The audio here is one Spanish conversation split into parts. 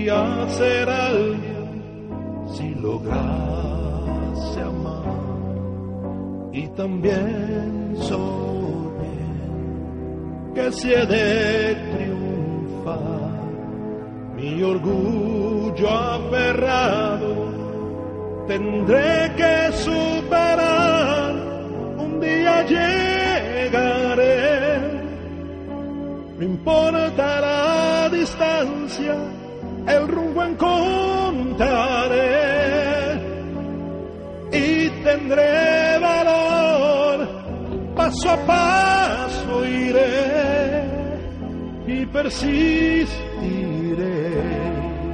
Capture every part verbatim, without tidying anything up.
podría ser alguien si lograse amar. Y también soñé que si he de triunfar, mi orgullo aferrado tendré que superar. Un día llegaré, no importa la distancia, el rumbo encontraré y tendré valor. Paso a paso iré y persistiré.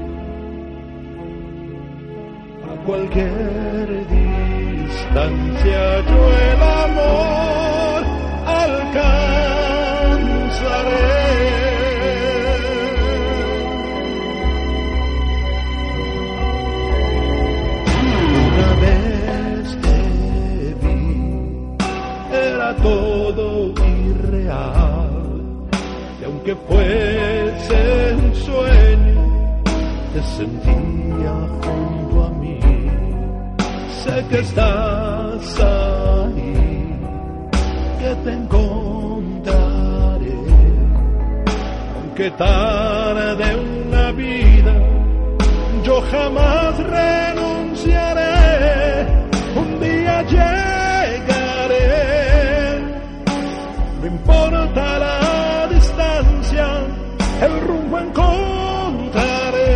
A cualquier distancia yo el amor alcanzaré. Una vez te vi, era todo irreal, y aunque fuese un sueño, te sentía junto a mí. Sé que estás ahí, que te encontraré, aunque tarde una vida, yo jamás renunciaré. Un día llegaré, no importa la distancia, el rumbo encontraré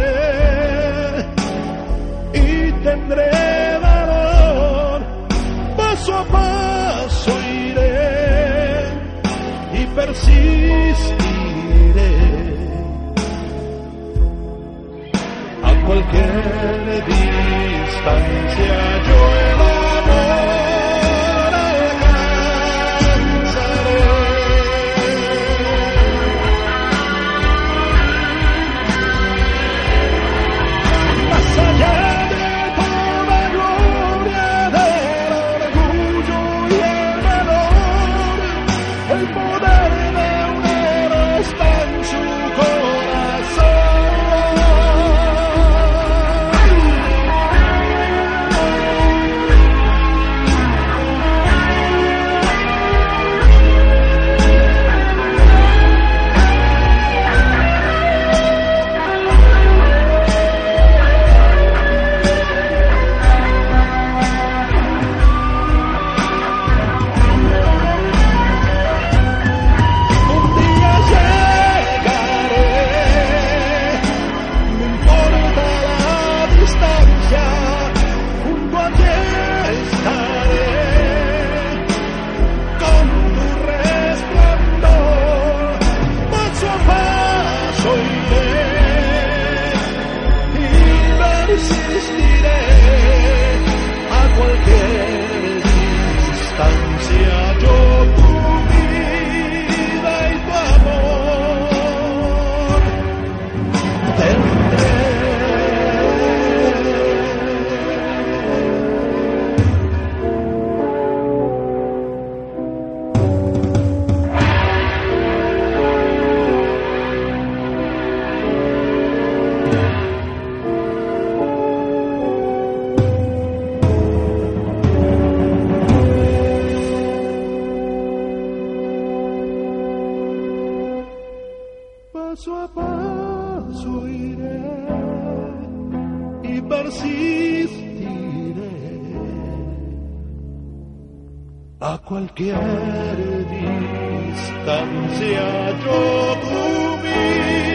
y tendré valor. Paso a paso iré y persistiré. A cualquier distancia yo el amor alcanzaré. Más allá de toda gloria, del orgullo y el valor, el poder de un héroe está en su corazón. Paso a paso iré y persistiré. A cualquier distancia yo cubriré.